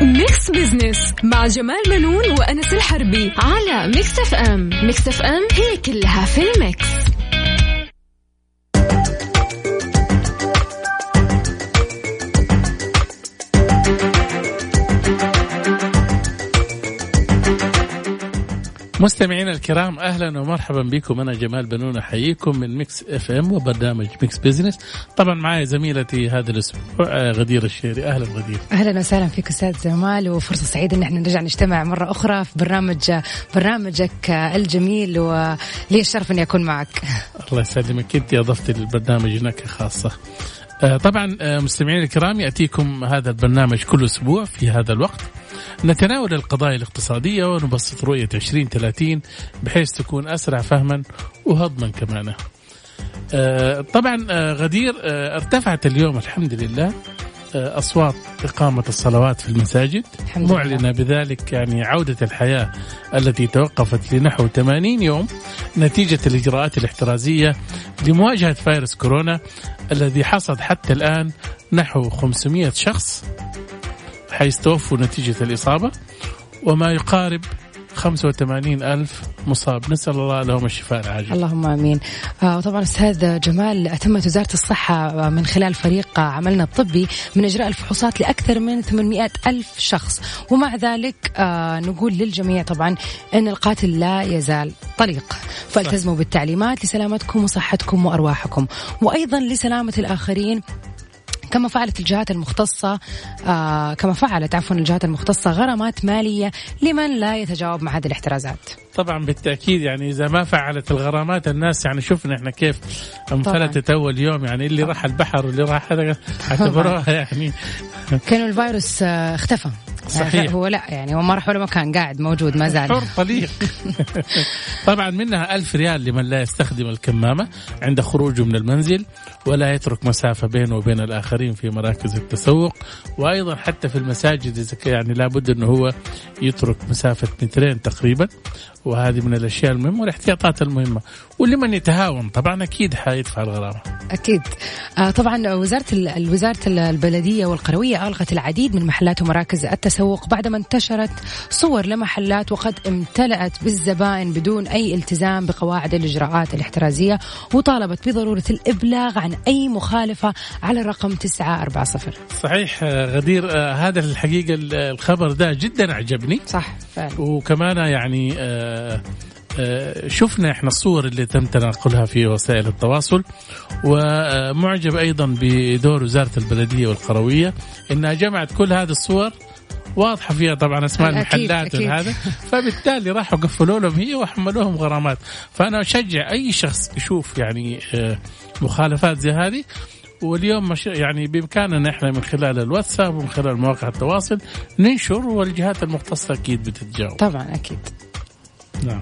ميكس بزنس مع جمال منون وأنس الحربي على ميكس اف ام. ميكس اف ام هي كلها في الميكس. مستمعينا الكرام، أهلا ومرحبا بكم. أنا جمال بنون أحييكم من ميكس اف ام وبرنامج ميكس بيزنس. طبعا معي زميلتي هذا الأسبوع غدير الشيري. أهلا غدير. أهلا وسهلا فيك أستاذ جمال، وفرصة سعيدة إن احنا نرجع نجتمع مرة أخرى في برنامجك الجميل، ولي الشرف إني أكون معك. الله يسلمك، أنت أضفتي للبرنامج نكهة خاصة. طبعا مستمعين الكرام، يأتيكم هذا البرنامج كل أسبوع في هذا الوقت، نتناول القضايا الاقتصادية ونبسط رؤية 2030 بحيث تكون أسرع فهما وهضما كمان. طبعا غدير، ارتفعت اليوم الحمد لله أصوات إقامة الصلوات في المساجد، معلنة بذلك يعني عودة الحياة التي توقفت لنحو 80 يوم نتيجة الإجراءات الاحترازية لمواجهة فيروس كورونا الذي حصد حتى الآن نحو 500 شخص حيث توفوا نتيجة الإصابة، وما يقارب 85,000 مصاب. نسأل الله لهم الشفاء العاجل. اللهم آمين. طبعا أستاذ جمال، أتمت وزارة الصحة من خلال فريق عملنا الطبي من إجراء الفحوصات لأكثر من 800,000 شخص، ومع ذلك نقول للجميع طبعا أن القاتل لا يزال طليق، فالتزموا بالتعليمات لسلامتكم وصحتكم وأرواحكم، وأيضا لسلامة الآخرين، كما فعلت الجهات المختصة غرامات مالية لمن لا يتجاوب مع هذه الاحترازات. طبعا بالتأكيد، يعني إذا ما فعلت الغرامات الناس يعني شفنا إحنا كيف انفلتت أول يوم، يعني اللي راح البحر واللي راح هذا اعتبروها يعني كانوا الفيروس اختفى. صحيح. هو لا يعني هو ما راح ولا مكان، قاعد موجود ما زال حر طليق. طبعا منها 1000 ريال لمن لا يستخدم الكمامة عند خروجه من المنزل ولا يترك مسافة بينه وبين الآخرين في مراكز التسوق، وأيضا حتى في المساجد إذا يعني لابد أنه هو يترك مسافة 2 متر تقريبا، وهذه من الأشياء المهمة والاحتياطات المهمة. ولمن يتهاون طبعا أكيد حيدفع الغرامة. أكيد. طبعا وزارة البلدية والقروية ألغت العديد من محلات ومراكز التسوق بعدما انتشرت صور لمحلات وقد امتلأت بالزبائن بدون أي التزام بقواعد الإجراءات الاحترازية، وطالبت بضرورة الإبلاغ عن أي مخالفة على الرقم 940. صحيح غدير، هذا الحقيقة الخبر ده جدا أعجبني. صح فعلا. وكمان يعني شفنا احنا الصور اللي تم تناقلها في وسائل التواصل، ومعجب ايضا بدور وزارة البلدية والقروية انها جمعت كل هذه الصور واضحة فيها طبعا اسماء المحلات هذا، فبالتالي راحوا قفلوا لهم هي وحملوهم غرامات. فانا اشجع اي شخص يشوف يعني مخالفات زي هذه، واليوم يعني بإمكاننا احنا من خلال الواتساب ومن خلال مواقع التواصل ننشر، والجهات المختصة اكيد بتتجاوب. طبعا اكيد. نعم.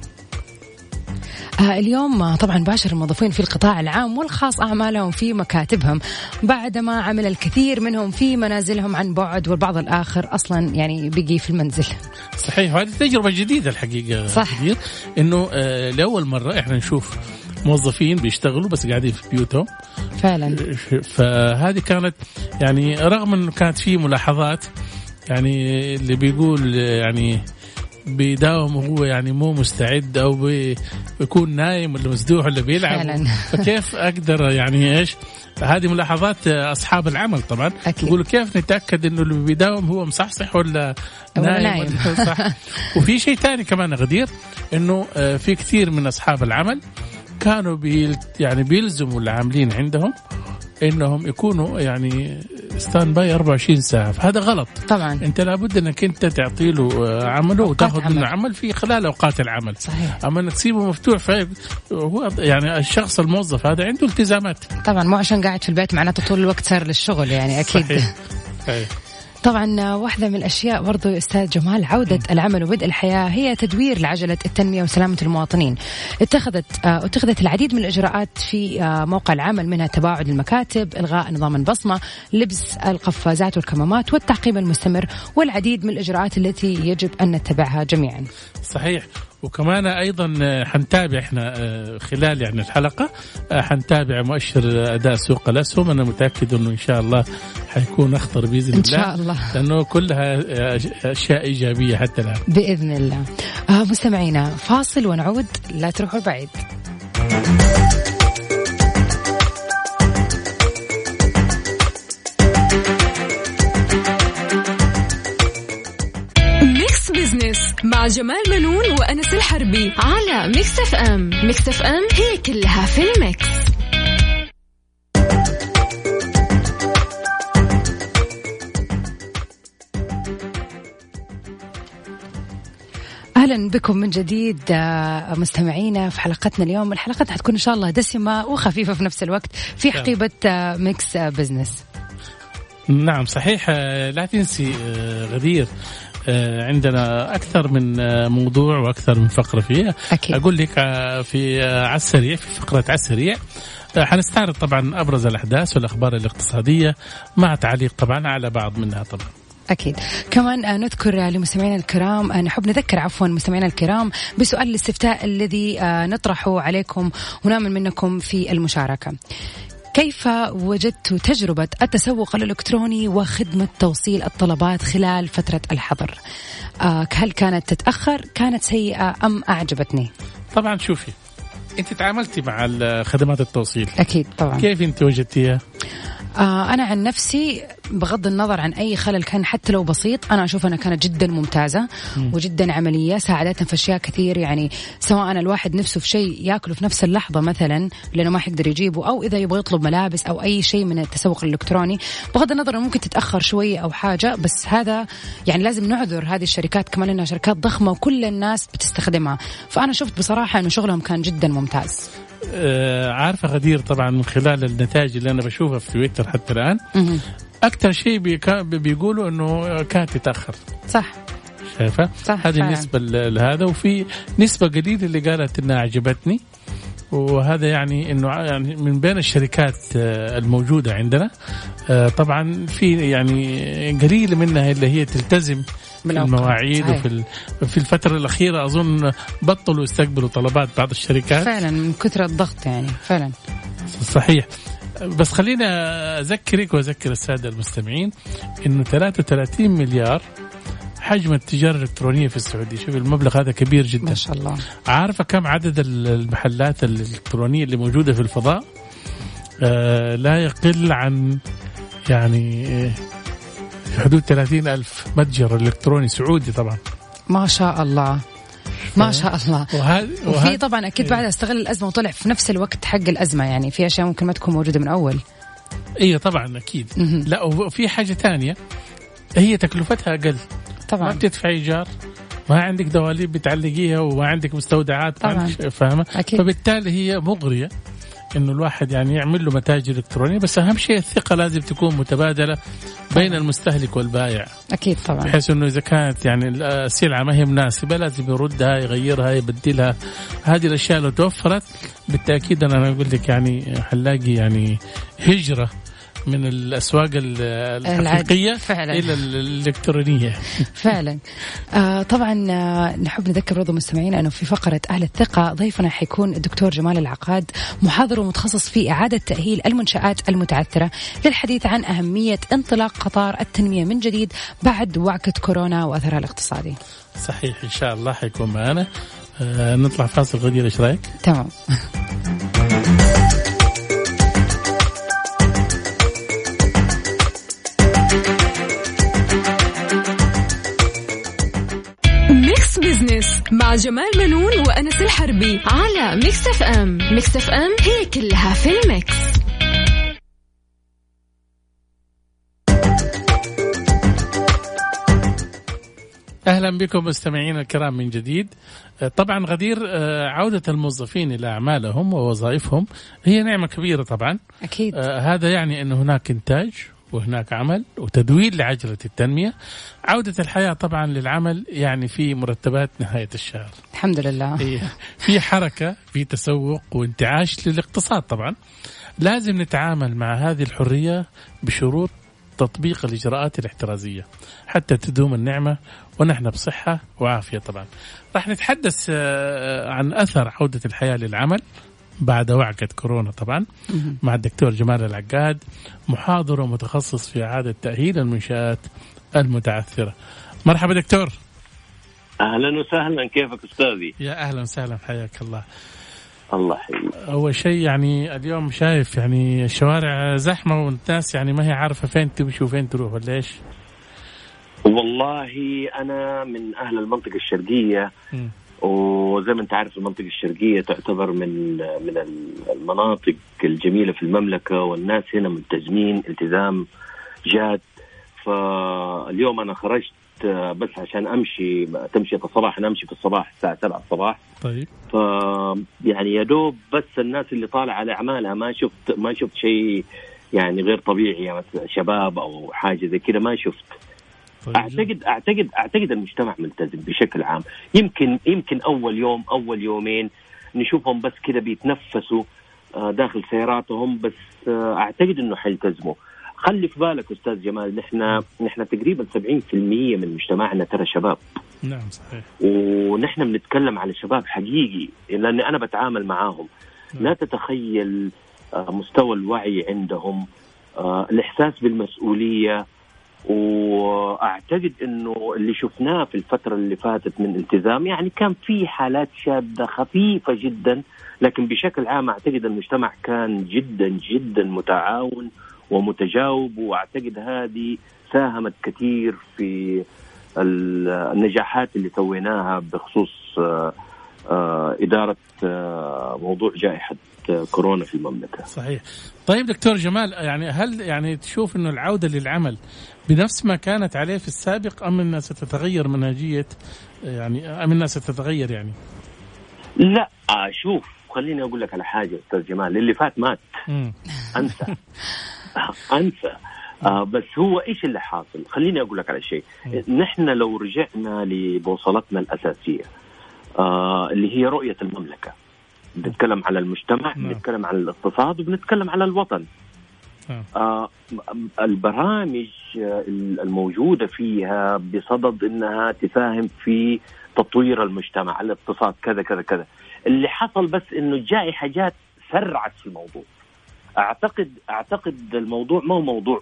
اليوم طبعا باشر الموظفين في القطاع العام والخاص أعمالهم في مكاتبهم بعدما عمل الكثير منهم في منازلهم عن بعد، والبعض الآخر أصلا يعني بقي في المنزل. صحيح، وهذه تجربة جديدة الحقيقة. صح. كثير إنه لأول مرة إحنا نشوف موظفين بيشتغلوا بس قاعدين في بيوتهم فعلا. فهذه كانت يعني رغم إنه كانت في ملاحظات، يعني اللي بيقول يعني بيداوم هو يعني مو مستعد أو بيكون نايم ولا مسدوح ولا بيلعب فعلا. فكيف أقدر يعني إيش هذه ملاحظات أصحاب العمل طبعا. يقولوا كيف نتأكد إنه اللي بيداوم هو مصحصح ولا نايم. صح. وفي شيء تاني كمان غدير، إنه في كثير من أصحاب العمل كانوا يعني بيلزموا العاملين عندهم إنهم يكونوا يعني ستاند باي 24 ساعة، فهذا غلط طبعا. أنت لابد أنك أنت تعطي له عمله وتأخذ منه عمل في خلال أوقات العمل. صحيح. أما أنك تسيبه مفتوح هو يعني الشخص الموظف هذا عنده التزامات طبعا، مو عشان قاعد في البيت معناته طول الوقت صار للشغل يعني أكيد. صحيح. طبعا واحدة من الأشياء برضو أستاذ جمال عودة العمل وبدء الحياة هي تدوير لعجلة التنمية وسلامة المواطنين. اتخذت العديد من الإجراءات في موقع العمل، منها تباعد المكاتب، إلغاء نظام البصمة، لبس القفازات والكمامات، والتعقيم المستمر، والعديد من الإجراءات التي يجب أن نتبعها جميعا. صحيح. وكمان أيضا حنتابع إحنا خلال يعني الحلقة حنتابع مؤشر أداء سوق الأسهم. أنا متأكد إنه إن شاء الله حيكون أخطر بإذن الله، إن شاء الله، لأنه كلها أشياء إيجابية حتى الآن بإذن الله. مستمعينا فاصل ونعود، لا تروحوا بعيد. ميكس بزنس مع جمال منون وأنس الحربي على ميكس اف ام. ميكس اف ام هي كلها في الميكس. أهلا بكم من جديد مستمعينا في حلقتنا اليوم. الحلقة حتكون إن شاء الله دسمة وخفيفة في نفس الوقت في حقيبة ميكس بزنس. نعم صحيح. لا تنسي غدير عندنا أكثر من موضوع وأكثر من فقرة فيها. أكيد. أقول لك في عالسريع، في فقرة عالسريع حنستعرض طبعا أبرز الأحداث والأخبار الاقتصادية مع تعليق طبعا على بعض منها طبعا. أكيد. كمان نذكر لمستمعينا الكرام، نحب نذكر عفوا مستمعينا الكرام بسؤال الاستفتاء الذي نطرحه عليكم ونامل منكم في المشاركة. كيف وجدت تجربة التسوق الإلكتروني وخدمة توصيل الطلبات خلال فترة الحظر؟ هل كانت تتأخر، كانت سيئة أم أعجبتني؟ طبعا شوفي، أنت تعاملتي مع خدمات التوصيل. أكيد طبعا. كيف أنت وجدتيها؟ أنا عن نفسي بغض النظر عن أي خلل كان حتى لو بسيط، أنا أشوف أنها كانت جدا ممتازة وجدا عملية، ساعدتنا في أشياء كثير. يعني سواء الواحد نفسه في شيء يأكله في نفس اللحظة مثلا لأنه ما حيقدر يجيبه، أو إذا يبغى يطلب ملابس أو أي شيء من التسوق الإلكتروني، بغض النظر ممكن تتأخر شوية أو حاجة، بس هذا يعني لازم نعذر هذه الشركات كمان لأنها شركات ضخمة وكل الناس بتستخدمها. فأنا شفت بصراحة أنه شغلهم كان جدا ممتاز. عارفة غدير طبعا من خلال النتائج اللي أنا بشوفها في تويتر حتى الآن أكتر شيء بيقولوا أنه كانت تتأخر. صح. شايفة؟ هذه النسبة لهذا، وفي نسبة قليلة اللي قالت إنها عجبتني، وهذا يعني إنه يعني من بين الشركات الموجودة عندنا طبعا في يعني قليلة منها اللي هي تلتزم في المواعيد. وفي الفترة الأخيرة أظن بطلوا يستقبلوا طلبات بعض الشركات فعلا من كثرة الضغط يعني فعلا. صحيح. بس خلينا أذكرك وأذكر السادة المستمعين إنه 33 مليار حجم التجارة الإلكترونية في السعودية. شوف المبلغ هذا كبير جدا ما شاء الله. عارفة كم عدد المحلات الإلكترونية اللي موجودة في الفضاء؟ لا يقل عن يعني في حدود 30,000 متجر إلكتروني سعودي طبعا. ما شاء الله ما شاء الله. وفي طبعا أكيد بعد استغل الأزمة وطلع في نفس الوقت حق الأزمة، يعني في أشياء ممكن ما تكون موجودة من أول. إيه طبعا أكيد. لا وفي حاجة تانية هي تكلفتها أقل طبعا. ما بتدفع إيجار، ما عندك دواليب بتعلقيها، وما عندك مستودعات طبعا. فاهمة؟ فبالتالي هي مغرية إنه الواحد يعني يعمل له متاجر إلكترونية. بس أهم شيء الثقة لازم تكون متبادلة بين المستهلك والبائع. أكيد طبعا. بحيث إنه إذا كانت يعني السلعة ما هي مناسبة لازم يردها، يغيرها، يبدلها. هذه الأشياء لو توفرت بالتأكيد أنا أقول لك يعني حنلاقي يعني هجرة من الأسواق الحقيقية إلى الإلكترونية فعلا. طبعا نحب نذكر برضو مستمعين أنه في فقرة أهل الثقة ضيفنا حيكون الدكتور جمال العقاد، محاضر ومتخصص في إعادة تأهيل المنشآت المتعثرة، للحديث عن أهمية انطلاق قطار التنمية من جديد بعد وعكة كورونا وأثرها الاقتصادي. صحيح إن شاء الله حيكون معنا. نطلع فاصل غدير، إيش رأيك؟ تمام. ميكس بزنس مع جمال منون وأنس الحربي على ميكس اف ام. ميكس اف ام هي كلها في الميكس. أهلا بكم مستمعين الكرام من جديد. طبعا غدير عودة الموظفين إلى أعمالهم ووظائفهم هي نعمة كبيرة طبعا. أكيد. هذا يعني أنه هناك إنتاج وهناك عمل وتدوير لعجلة التنمية. عودة الحياة طبعا للعمل يعني في مرتبات نهاية الشهر الحمد لله. في حركة، في تسوق وانتعاش للاقتصاد. طبعا لازم نتعامل مع هذه الحرية بشروط تطبيق الإجراءات الاحترازية حتى تدوم النعمة ونحن بصحة وعافية. طبعا راح نتحدث عن أثر عودة الحياة للعمل بعد وعكة كورونا طبعا مع الدكتور جمال العقاد، محاضر ومتخصص في إعادة تأهيل المنشآت المتعثرة. مرحبا دكتور. أهلا وسهلا، كيفك أستاذي؟ يا أهلا وسهلا، حياك الله. الله يحييك. أول شيء يعني اليوم شايف يعني الشوارع زحمة والناس يعني ما هي عارفة فين تمشي وفين تروح ولا إيش؟ والله أنا من أهل المنطقة الشرقية وزي ما أنت عارف المنطقة الشرقية تعتبر من المناطق الجميلة في المملكة، والناس هنا ملتزمين التزام جاد. فاليوم أنا خرجت بس عشان تمشي الصباح، أنا أمشي في الصباح الساعة 7 الصباح. طيب. يعني يا دوب بس الناس اللي طالع على أعمالها ما شفت شيء يعني غير طبيعي، يعني شباب أو حاجة زي كده ما شفت. طيب. أعتقد المجتمع ملتزم بشكل عام. يمكن أول يوم أول يومين نشوفهم بس كده بيتنفسوا داخل سياراتهم، بس أعتقد إنه حيلتزموا. خلي في بالك أستاذ جمال، نحن تقريبا 70% من مجتمعنا ترى شباب. نعم صحيح. ونحن بنتكلم على شباب حقيقي لأني أنا بتعامل معاهم. لا تتخيل مستوى الوعي عندهم، الإحساس بالمسؤولية. وأعتقد إنه اللي شفناه في الفترة اللي فاتت من التزام، يعني كان في حالات شاذة خفيفة جدا، لكن بشكل عام أعتقد المجتمع كان جدا جدا متعاون ومتجاوب. وأعتقد هذه ساهمت كثير في النجاحات اللي سويناها بخصوص إدارة موضوع جائحة كورونا في المملكة. صحيح. طيب دكتور جمال، يعني هل يعني تشوف إنه العودة للعمل بنفس ما كانت عليه في السابق، أم أنها ستتغير منهجية، يعني أم أنها ستتغير يعني؟ لا شوف، خليني أقول لك على حاجة أستاذ جمال، اللي فات مات. أنسى. بس هو إيش اللي حاصل؟ خليني أقول لك على شيء. نحن لو رجعنا لبوصلتنا الأساسية اللي هي رؤية المملكة، بنتكلم على المجتمع، بنتكلم على الاقتصاد، وبنتكلم على الوطن. البرامج الموجودة فيها بصدد أنها تساهم في تطوير المجتمع، الاقتصاد، كذا كذا كذا. اللي حصل بس أنه الجائحة جات سرعت في الموضوع. أعتقد الموضوع ما هو موضوع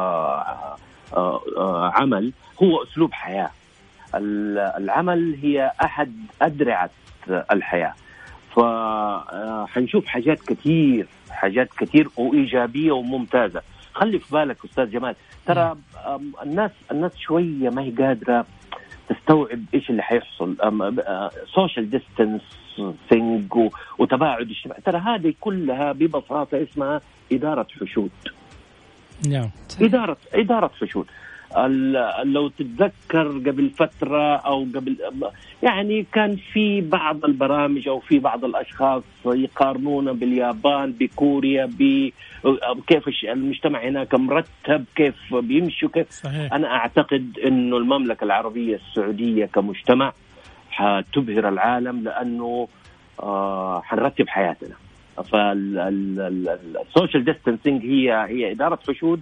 عمل، هو أسلوب حياة. العمل هي أحد أدرعة الحياة. فحنشوف حاجات كتير وإيجابية وممتازة. خلي في بالك أستاذ جمال، ترى الناس شوية ما هي قادرة تستوعب إيش اللي حيحصل. social distancing وتباعد اجتماعي، ترى هذه كلها ببساطة اسمها إدارة حشود. نعم. إدارة حشود. لو تتذكر قبل فترة أو قبل، يعني كان في بعض البرامج أو في بعض الأشخاص يقارنون باليابان، بكوريا، كيف المجتمع هناك مرتب، كيف بيمشوا، كيف. صحيح. أنا أعتقد إنه المملكة العربية السعودية كمجتمع حتبهر العالم، لأنه حنرتب حياتنا. فالسوشيال ديستانسينج هي إدارة حشود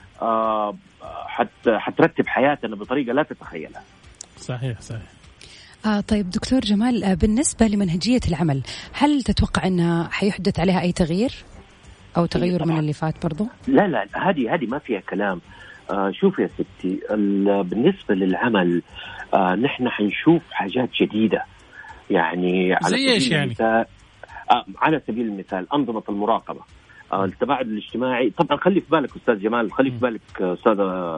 حترتب حياتنا بطريقة لا تتخيلها. صحيح. طيب دكتور جمال، بالنسبة لمنهجية العمل، هل تتوقع أنها حيحدث عليها أي تغيير أو تغير من اللي فات برضو؟ لا هذه ما فيها كلام. شوف يا ستي، بالنسبة للعمل نحن حنشوف حاجات جديدة. يعني زي إيش يعني؟ على سبيل المثال أنظمة المراقبة، التباعد الاجتماعي. طبعا خلي في بالك أستاذ جمال، خلي في بالك أستاذ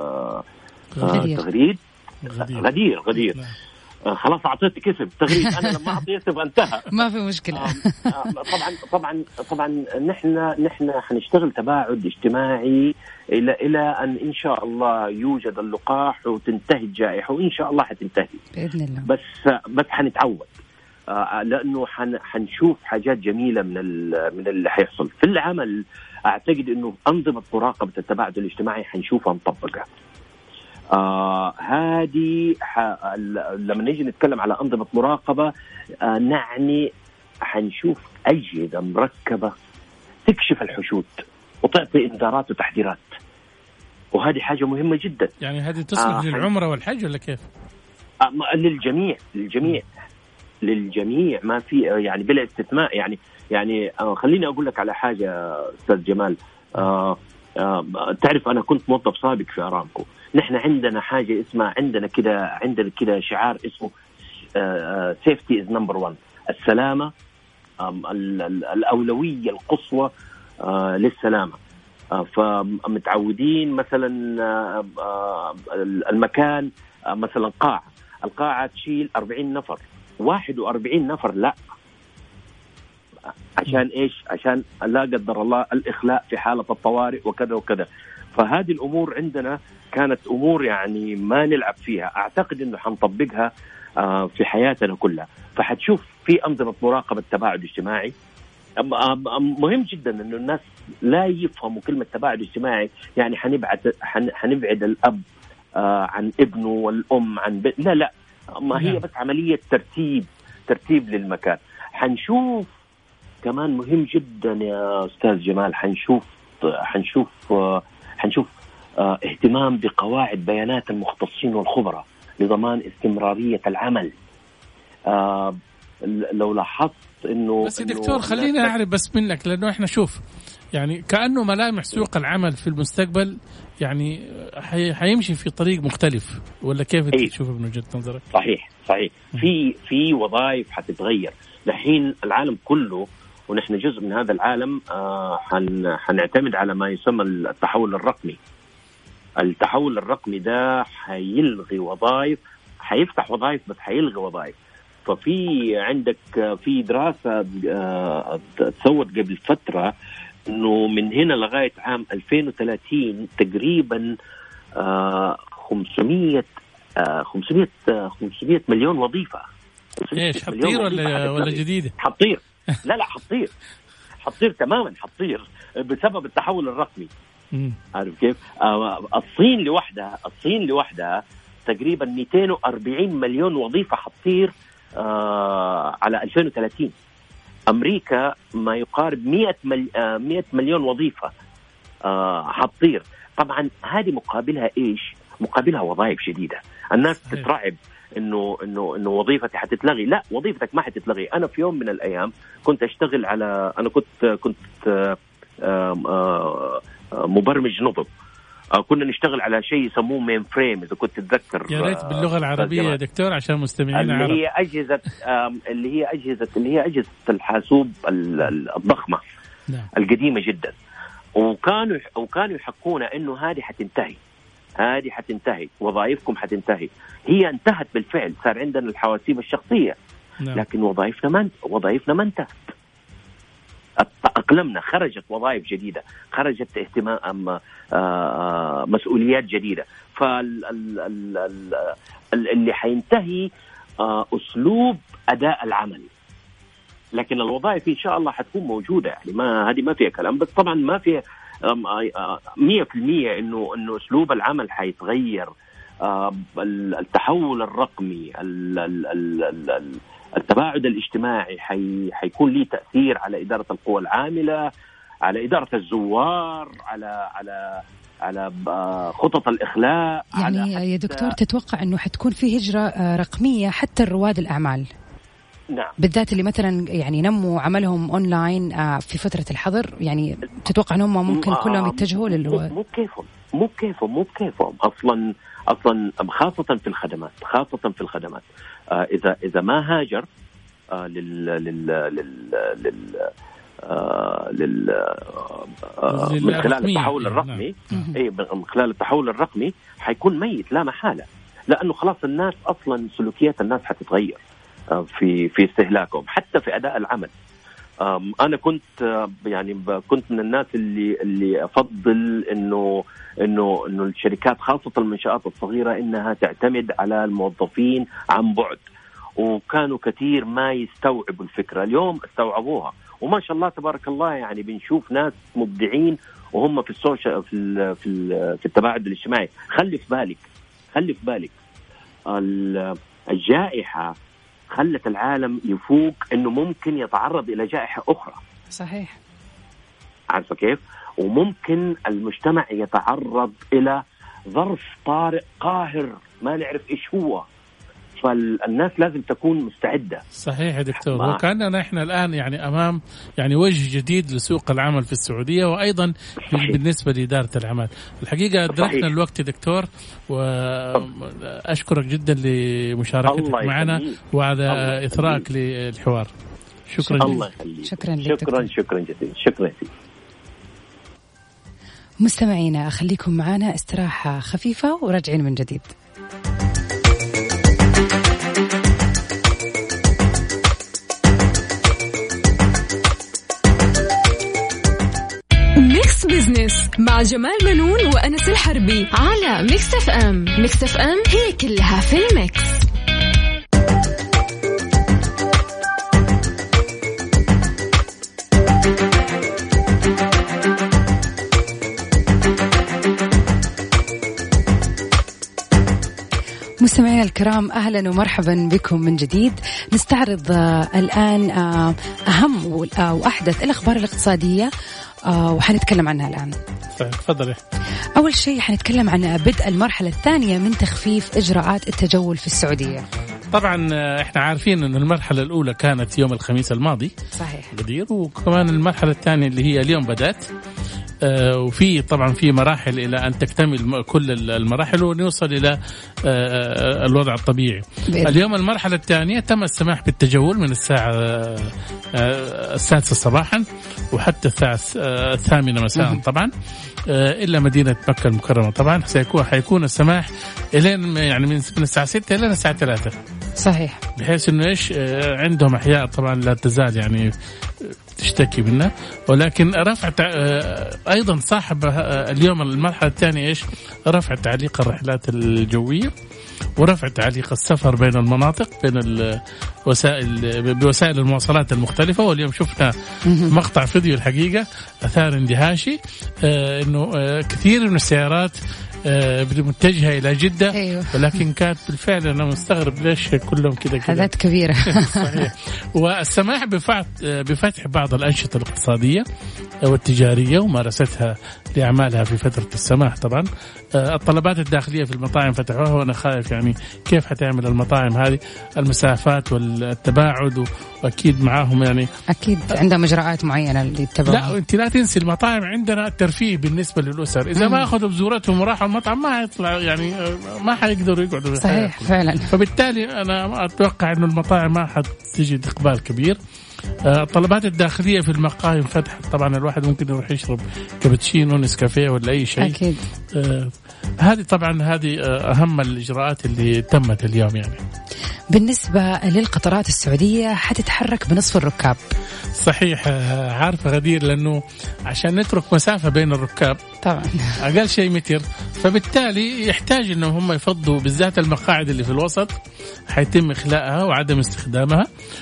غدير. خلاص أعطيتك اسم تغريد. أنا لما أعطي اسم انتهى. ما في مشكلة. طبعا نحن حنشتغل تباعد اجتماعي إلى أن شاء الله يوجد اللقاح وتنتهي الجائحة، وإن شاء الله حتنتهي بإذن الله. بس حنتعود، لأنه حنشوف حاجات جميلة من اللي حيحصل في العمل. أعتقد أنه أنظمة مراقبة التباعد الاجتماعي حنشوفها مطبقة. هذه لما نيجي نتكلم على أنظمة مراقبة، نعني حنشوف أجهزة مركبة تكشف الحشود وتعطي إنذارات وتحذيرات. وهذه حاجة مهمة جدا. يعني هذه تصلح للعمرة والحج ولا كيف؟ للجميع ما في يعني بلا استثناء. يعني خليني أقول لك على حاجة أستاذ جمال. تعرف أنا كنت موظف سابق في أرامكو. نحن عندنا حاجة اسمها عندنا كده شعار اسمه safety is number one. السلامة الأولوية القصوى للسلامة. فمتعودين مثلا المكان مثلا القاعة تشيل 40 نفر 41 نفر لا. عشان إيش؟ عشان لا قدر الله الإخلاء في حالة الطوارئ وكذا وكذا. فهذه الأمور عندنا كانت أمور يعني ما نلعب فيها. أعتقد إنه حنطبقها في حياتنا كلها. فحتشوف في أنظمة مراقبة تباعد اجتماعي. مهم جدا إنه الناس لا يفهموا كلمة تباعد اجتماعي يعني حنبعد الأب عن ابنه والأم عن بنت. لا ما هي بس عملية ترتيب للمكان. حنشوف كمان مهم جدا يا أستاذ جمال. حنشوف اهتمام بقواعد بيانات المختصين والخبراء لضمان استمرارية العمل. لو لاحظت إنه بس دكتور خلينا نعرف بس منك، لأنه إحنا شوف يعني كأنه ملامح سوق العمل في المستقبل يعني حيمشي في طريق مختلف، ولا كيف تشوف من وجهة نظرك؟ صحيح. في وظائف حتتغير الحين. العالم كله ونحن جزء من هذا العالم حنعتمد على ما يسمى التحول الرقمي. التحول الرقمي ده حيلغي وظائف، حيفتح وظائف بس حيلغي وظائف. ففي عندك في دراسة تسوت قبل فترة إنه من هنا لغاية عام 2030 تقريبا 500 مليون وظيفة. إيش حطير ولا جديدة؟ حطير. لا حطير تماما، حطير بسبب التحول الرقمي. عارف كيف؟ الصين لوحدها تقريبا 240 مليون وظيفة حطير على 2030. أمريكا ما يقارب 100 مليون وظيفة حطير. طبعا هذه مقابلها إيش؟ مقابلها وظائف شديدة. الناس تترعب إنه وظيفتي حتتلغي. لا، وظيفتك ما حتتلغي. أنا في يوم من الأيام كنت أشتغل على كنت مبرمج نظم. كنا نشتغل على شيء يسموه مين فريم، إذا كنت تتذكر. يا ريت باللغة العربية يا دكتور عشان مستمعين عرب. اللي هي أجهزة الحاسوب الضخمة. نعم. القديمة جدا. وكانوا يحكونا إنه هذه حتنتهي وظائفكم حتنتهي. هي انتهت بالفعل، صار عندنا الحواسيب الشخصية. نعم. لكن وظائفنا ما انتهت. أقلمنا، خرجت وظائف جديدة، خرجت اهتمام مسؤوليات جديدة. اللي حينتهي أسلوب أداء العمل، لكن الوظائف إن شاء الله حتكون موجودة. يعني هذه ما فيها كلام. بس طبعا ما فيها 100% إنه أسلوب العمل حيتغير. التحول الرقمي، التباعد الاجتماعي حيكون ليه تأثير على إدارة القوى العاملة، على إدارة الزوار، على خطط الإخلاء. يعني يا دكتور تتوقع أنه حتكون في هجرة رقمية حتى رواد الأعمال؟ نعم. بالذات اللي مثلا يعني نموا عملهم أونلاين في فترة الحظر، يعني تتوقع أنهم ممكن كلهم يتجهوا مو بكيفهم أصلا خاصة في الخدمات. إذا ما هاجر من خلال التحول الرقمي. من خلال التحول الرقمي حيكون ميت لا محالة، لأنه خلاص الناس أصلا سلوكيات الناس حتتغير في استهلاكهم حتى في أداء العمل. أنا كنت من الناس اللي أفضل إنه الشركات خاصة المنشآت الصغيرة إنها تعتمد على الموظفين عن بعد. وكانوا كثير ما يستوعبوا الفكرة. اليوم استوعبوها وما شاء الله تبارك الله. يعني بنشوف ناس مبدعين وهم في السوشيال في التباعد الاجتماعي. خلي في بالك الجائحة خلت العالم يفوق إنه ممكن يتعرض إلى جائحة أخرى. صحيح. عارفة كيف؟ وممكن المجتمع يتعرض إلى ظرف طارئ قاهر ما نعرف إيش هو، فالناس لازم تكون مستعدة. صحيح يا دكتور، وكأننا إحنا الآن يعني أمام يعني وجه جديد لسوق العمل في السعودية، وأيضا بالنسبة لإدارة العمل. الحقيقة درحنا الوقت يا دكتور، وأشكرك جدا لمشاركتك معنا وعلى إثراءك للحوار. شكرا الله يخليك. شكرا جزيلا. شكرا. مستمعينا خليكم معنا استراحة خفيفة وراجعين من جديد. ميكس بزنس مع جمال منون وأنس الحربي على ميكس اف ام. ميكس اف ام هي كلها في الميكس. مستمعينا الكرام أهلا ومرحبا بكم من جديد. نستعرض الآن أهم وأحدث الأخبار الاقتصادية وحنتكلم عنها الآن. تفضلي. أول شيء حنتكلم عن بدء المرحلة الثانية من تخفيف إجراءات التجول في السعودية. طبعا احنا عارفين أن المرحلة الأولى كانت يوم الخميس الماضي. صحيح. بدير، وكمان المرحلة الثانية اللي هي اليوم بدأت، وفي طبعا في مراحل إلى أن تكتمل كل المراحل ونوصل إلى الوضع الطبيعي. اليوم المرحلة الثانية تم السماح بالتجول من الساعة 6 صباحا وحتى الساعة 8 مساء طبعا، إلا مدينة مكة المكرمة. طبعا حيكون السماح إلين يعني من الساعة 6 إلى الساعة 3. صحيح. بحيث إنه إيش عندهم أحياء طبعا لا تزال يعني تشتكي منه، ولكن رفع أيضا صاحب اليوم المرحلة الثانية إيش رفع تعليق الرحلات الجوية ورفع تعليق السفر بين المناطق بين بوسائل المواصلات المختلفة. واليوم شفنا مقطع فيديو الحقيقة أثار اندهاشي، إنه كثير من السيارات متجهة إلى جدة. أيوه. ولكن كانت بالفعل أنا مستغرب ليش كلهم كده حاجات كبيرة. صحيح. والسماح بفتح بعض الأنشطة الاقتصادية والتجارية ومارستها لأعمالها في فترة السماح. طبعا الطلبات الداخلية في المطاعم فتحوها، وأنا خايف يعني كيف حتعمل المطاعم هذه المسافات والتباعد، وأكيد معاهم يعني أكيد عندهم إجراءات معينة اللي يتبعوها. لا أنت لا تنسي المطاعم عندنا الترفيه بالنسبة للأسر، إذا ما أخذوا بزورتهم وراحوا المطعم ما يطلع يعني ما حيقدروا يقعدوا. صحيح فعلا. فبالتالي أنا أتوقع إنه المطاعم ما حتجد إقبال كبير. الطلبات الداخلية في المقاهي فتحت، طبعا الواحد ممكن يروح يشرب كابتشينو نسكافيه ولا أي شيء. أكيد. هذه طبعا هذه أهم الإجراءات اللي تمت اليوم. يعني بالنسبة للقطارات السعودية حتتحرك بنصف الركاب. صحيح. عارفة غدير، لأنه عشان نترك مسافة بين الركاب طبعا أقل شيء متر، فبالتالي يحتاج أنهم هم يفضوا بالذات المقاعد اللي في الوسط حيتم إخلاءها وعدم استخدامها،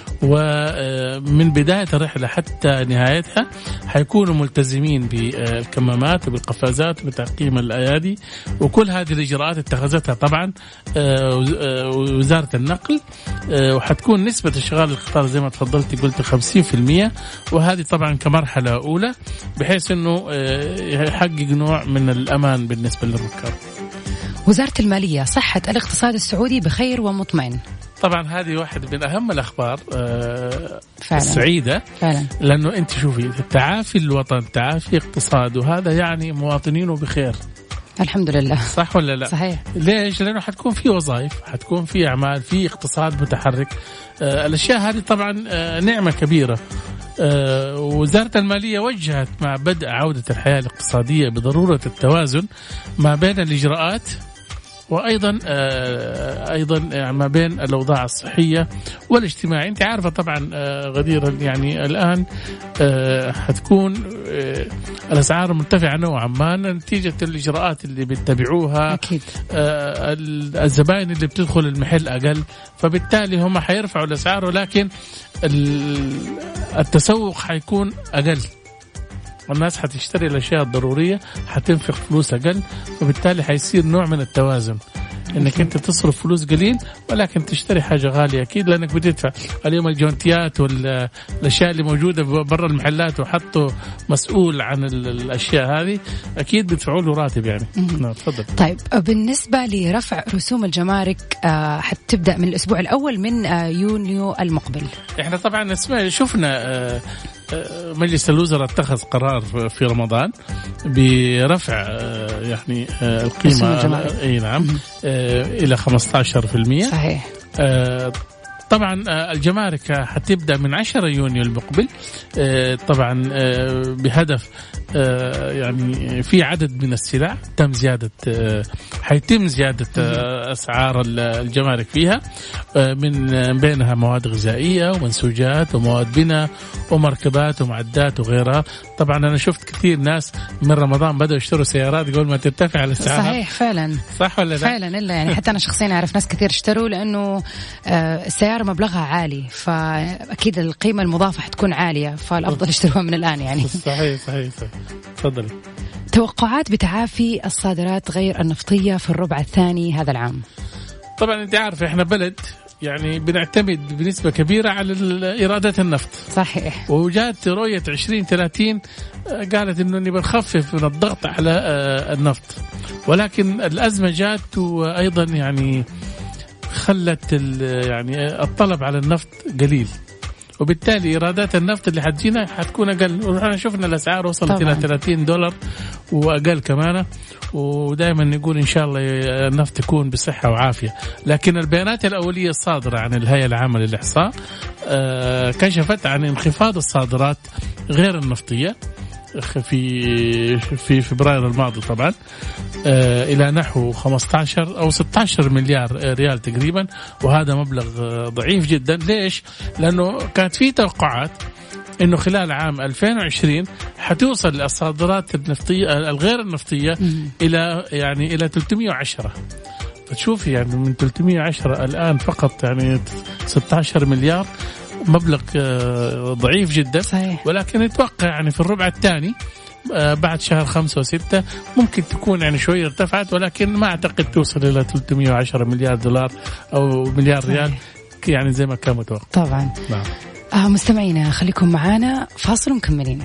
ومن بداية الرحلة حتى نهايتها حيكونوا ملتزمين بالكمامات وبالقفازات وبتعقيم الأيادي، وكل هذه الإجراءات اتخذتها طبعا وزارة النقل. وحتكون نسبة اشغال القطار زي ما تفضلتي قلت 50%، وهذه طبعا كمرحلة أولى بحيث أنه يحقق نوع من الأمان بالنسبة للركاب. وزارة المالية صحت الاقتصاد السعودي بخير ومطمئن. طبعا هذه واحد من أهم الأخبار فعلا. السعيدة فعلا. لأنه أنت شوفي تعافي الوطن تعافي اقتصاد، وهذا يعني مواطنينه بخير الحمد لله. صح ولا لا؟ صحيح. ليش؟ لأنه حتكون في وظائف، حتكون في أعمال، في اقتصاد متحرك. الأشياء هذه طبعا نعمة كبيرة. وزارة المالية وجهت مع بدء عودة الحياة الاقتصادية بضرورة التوازن ما بين الإجراءات وأيضا ما بين الأوضاع الصحية والاجتماعية. أنت عارفة طبعا غديرا يعني الآن حتكون الأسعار مرتفعة نوعا ما نتيجة الإجراءات اللي بيتبعوها. أكيد. الزبائن اللي بتدخل المحل أقل، فبالتالي هم حيرفعوا الأسعار، ولكن التسوق حيكون أقل، والناس حتشتري الأشياء الضرورية، حتنفق فلوس أقل، وبالتالي حيصير نوع من التوازن. انك انت تصرف فلوس قليل ولكن تشتري حاجه غاليه اكيد، لانك بتدفع. اليوم الجونتيات والاشياء اللي موجوده برا المحلات وحطوا مسؤول عن الاشياء هذه اكيد بيدفعوا له راتب يعني. تفضل. طيب بالنسبه لرفع رسوم الجمارك حتبدا من الاسبوع الاول من يونيو المقبل. احنا طبعا شفنا مجلس الوزراء اتخذ قرار في رمضان برفع يعني القيمة اي نعم الى 15%. صحيح. طبعا الجمارك حتبدأ من 10 يونيو المقبل، طبعا بهدف يعني في عدد من السلع حيتم زيادة أسعار الجمارك فيها، من بينها مواد غذائية ومنسوجات ومواد بناء ومركبات ومعدات وغيرها. طبعا أنا شفت كثير ناس من رمضان بدأوا يشتروا سيارات قبل ما ترتفع الأسعار. صحيح فعلا. صح ولا لا؟ فعلا. إلا يعني حتى أنا شخصيا أعرف ناس كثير اشتروا لأنه السيارة مبلغها عالي، فأكيد القيمة المضافة حتكون عالية، فالأفضل يشتروها من الآن يعني. صحيح. تفضلي. توقعات بتعافي الصادرات غير النفطية في الربع الثاني هذا العام. طبعا أنت عارف إحنا بلد يعني بنعتمد بنسبة كبيرة على إيرادات النفط. صحيح. وجات رؤية 2030 قالت إنه بنخفف من الضغط على النفط، ولكن الأزمة جات وأيضا يعني خلت يعني الطلب على النفط قليل، وبالتالي إيرادات النفط اللي حتجينا حتكون أقل. ونحن شفنا الأسعار وصلت إلى $30 وأقل كمان، ودائما نقول إن شاء الله النفط يكون بصحة وعافية. لكن البيانات الأولية الصادرة عن الهيئة العامة للإحصاء كشفت عن انخفاض الصادرات غير النفطية في فبراير الماضي طبعا إلى نحو 15 أو 16 مليار ريال تقريبا، وهذا مبلغ ضعيف جدا. ليش؟ لأنه كانت في توقعات إنه خلال عام 2020 حتوصل الصادرات النفطية الغير النفطية إلى 310. فتشوفي يعني من 310 الآن فقط يعني 16 مليار، مبلغ ضعيف جدا. صحيح. ولكن يتوقع يعني في الربع الثاني بعد شهر 5 و6 ممكن تكون يعني شوية ارتفعت، ولكن ما أعتقد توصل إلى 310 مليار دولار أو مليار ريال يعني زي ما كان متوقع. طبعا. نعم. مستمعينا خليكم معانا فاصل ومكملين.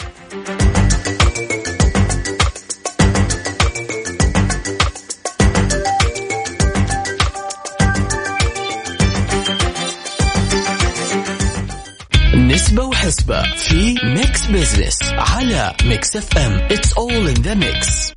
نسبة وحسبة في ميكس بيزنس على ميكس اف ام. It's all in the mix.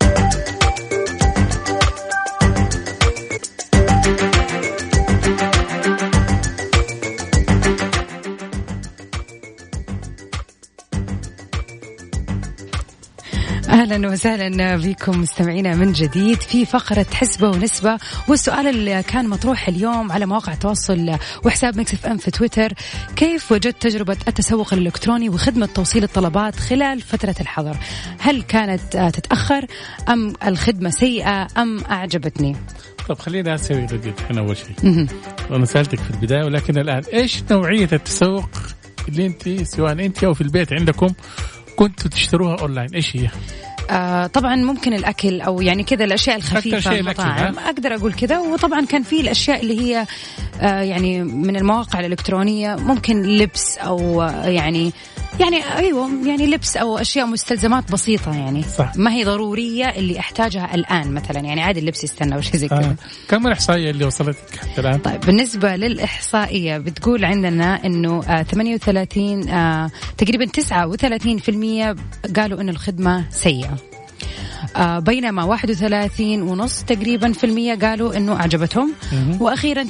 أهلا وسهلا بكم مستمعينا من جديد في فقرة حسبة ونسبة. والسؤال اللي كان مطروح اليوم على مواقع التواصل وحساب ميكس اف ام في تويتر: كيف وجدت تجربة التسوق الإلكتروني وخدمة توصيل الطلبات خلال فترة الحظر؟ هل كانت تتأخر أم الخدمة سيئة أم أعجبتني؟ طب خلينا أسوي رديد هنا أول شيء. أنا سألتك في البداية، ولكن الآن إيش نوعية التسوق اللي أنت سواء أنت أو في البيت عندكم كنتوا تشتروها أونلاين؟ إيش هي؟ طبعا ممكن الأكل أو يعني كذا الأشياء الخفيفة، المطاعم أقدر أقول كذا. وطبعا كان في الأشياء اللي هي يعني من المواقع الإلكترونية، ممكن لبس أو يعني أيوة يعني لبس أو أشياء مستلزمات بسيطة يعني. صح. ما هي ضرورية اللي أحتاجها الآن، مثلا يعني عادي اللبس يستنى أو شيء زي كذا. كم الإحصائية اللي وصلتك حتى الآن؟ طيب بالنسبة للإحصائية بتقول عندنا إنه 38 تقريبا 39% قالوا إنه الخدمة سيئة، بينما 31.5 تقريبا % قالوا إنه أعجبتهم، وأخيرا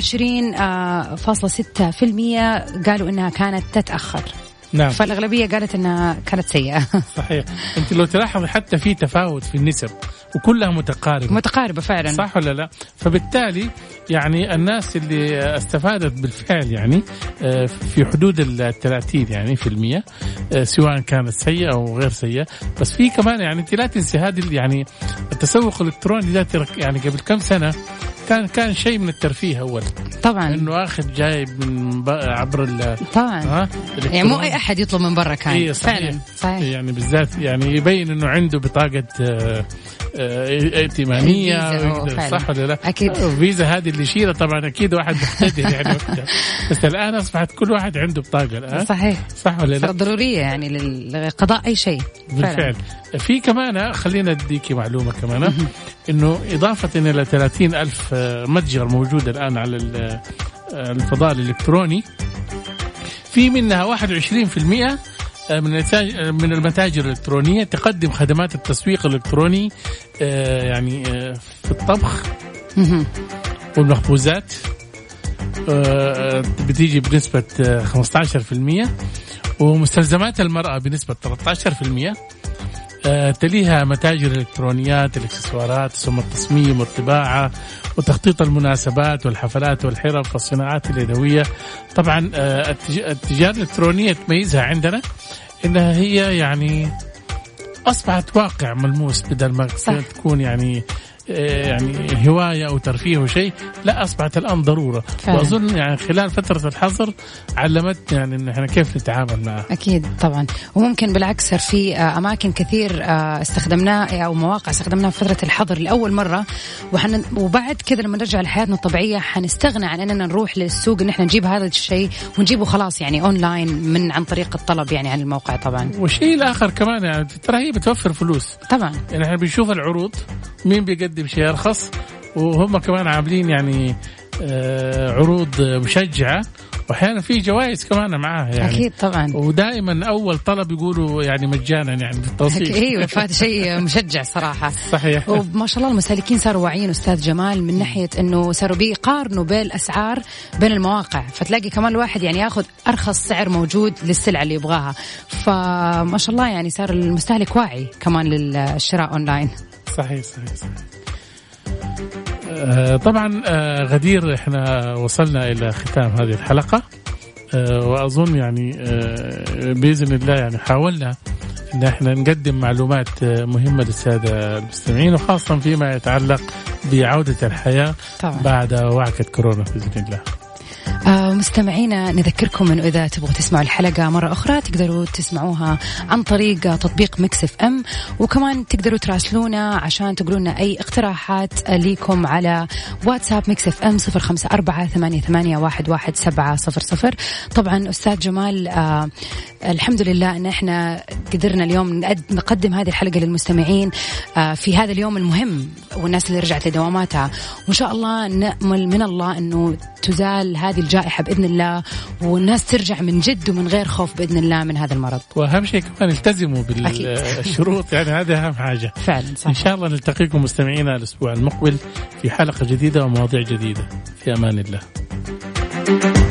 29.6% قالوا إنها كانت تتأخر. نعم. فالأغلبية قالت إنها كانت سيئة. صحيح. أنت لو تلاحظ حتى في تفاوت في النسب وكلها متقاربة فعلا. صح ولا لا؟ فبالتالي يعني الناس اللي استفادت بالفعل يعني في حدود 30 يعني في المية، سواء كانت سيئة أو غير سيئة. بس في كمان يعني أنت لا تنسي هذه يعني التسوق الإلكتروني ذات يعني قبل كم سنة كان شيء من الترفيه أول طبعا، إنه أخذ جايب من عبر طبعا يعني مو أي أحد يطلب من برا كان. إيه فعلا. صحيح. يعني بالذات يعني يبين إنه عنده بطاقة ائتمانية، صح ولا لا؟ أكيد. فيزا هذه اللي يشيلها طبعا أكيد واحد مقتدر يعني بس الآن أصبحت كل واحد عنده بطاقة الآن. صحيح، صح ولا لا؟ ضرورية يعني لقضاء أي شيء. بالفعل. في كمان خلينا نديكي معلومة كمان إنه إضافة إلى 30,000 متجر موجودة الآن على الفضاء الإلكتروني، في منها 21% من المتاجر الإلكترونية تقدم خدمات التسويق الإلكتروني يعني في الطبخ والمخبوزات بتيجي بنسبة 15%، ومستلزمات المرأة بنسبة 13%. تليها متاجر الإلكترونيات، الإكسسوارات، ثم التصميم والطباعة وتخطيط المناسبات والحفلات والحرف والصناعات اليدوية. طبعا التجارة الإلكترونية تميزها عندنا إنها هي يعني أصبحت واقع ملموس، بدل ما تكون يعني هواية أو ترفيه وشيء، لا أصبحت الآن ضرورة فعلا. وأظن يعني خلال فترة الحظر علمتنا يعني إن إحنا كيف نتعامل معها. أكيد طبعا. وممكن بالعكس في أماكن كثير استخدمناه أو مواقع استخدمناها في فترة الحظر لأول مرة، وبعد كذا لما نرجع لحياتنا الطبيعية حنستغنى عن أننا نروح للسوق إن إحنا نجيب هذا الشيء ونجيبه خلاص يعني أونلاين عن طريق الطلب يعني عن الموقع طبعا. والشيء الآخر كمان يعني ترى هي بتوفر فلوس طبعا. يعني إحنا بنشوف العروض مين بيقدم شيء أرخص، وهم كمان عاملين يعني عروض مشجعة، وأحيانا في جوائز كمان معاها يعني. أكيد طبعا. ودائما أول طلب يقولوا يعني مجانا يعني بالتوصيل. أيوة فهذا شيء مشجع صراحة. صحيح. وما شاء الله المستهلكين صاروا واعيين أستاذ جمال من ناحية إنه صاروا بيقارنوا بين الأسعار بين المواقع، فتلاقي كمان الواحد يعني ياخذ أرخص سعر موجود للسلعة اللي يبغاها، فما شاء الله يعني صار المستهلك واعي كمان للشراء أونلاين. صحيح. طبعا غدير احنا وصلنا الى ختام هذه الحلقة، واظن يعني باذن الله يعني حاولنا ان احنا نقدم معلومات مهمة للسادة المستمعين، وخاصة فيما يتعلق بعودة الحياة طبعا بعد وعكة كورونا باذن الله. مستمعينا نذكركم انه اذا تبغوا تسمعوا الحلقه مره اخرى تقدروا تسمعوها عن طريق تطبيق ميكس اف ام، وكمان تقدروا تراسلونا عشان تقولوا لنا اي اقتراحات ليكم على واتساب ميكس اف ام 0548811700. طبعا استاذ جمال الحمد لله ان احنا قدرنا اليوم نقدم هذه الحلقه للمستمعين في هذا اليوم المهم والناس اللي رجعت لدواماتها، وان شاء الله نأمل من الله انه تزال هذه الجائحة بإذن الله والناس ترجع من جد ومن غير خوف بإذن الله من هذا المرض. وأهم شيء كمان التزموا بالشروط يعني هذا أهم حاجة فعلا. صح. إن شاء الله نلتقيكم مستمعينا الأسبوع المقبل في حلقة جديدة ومواضيع جديدة. في أمان الله.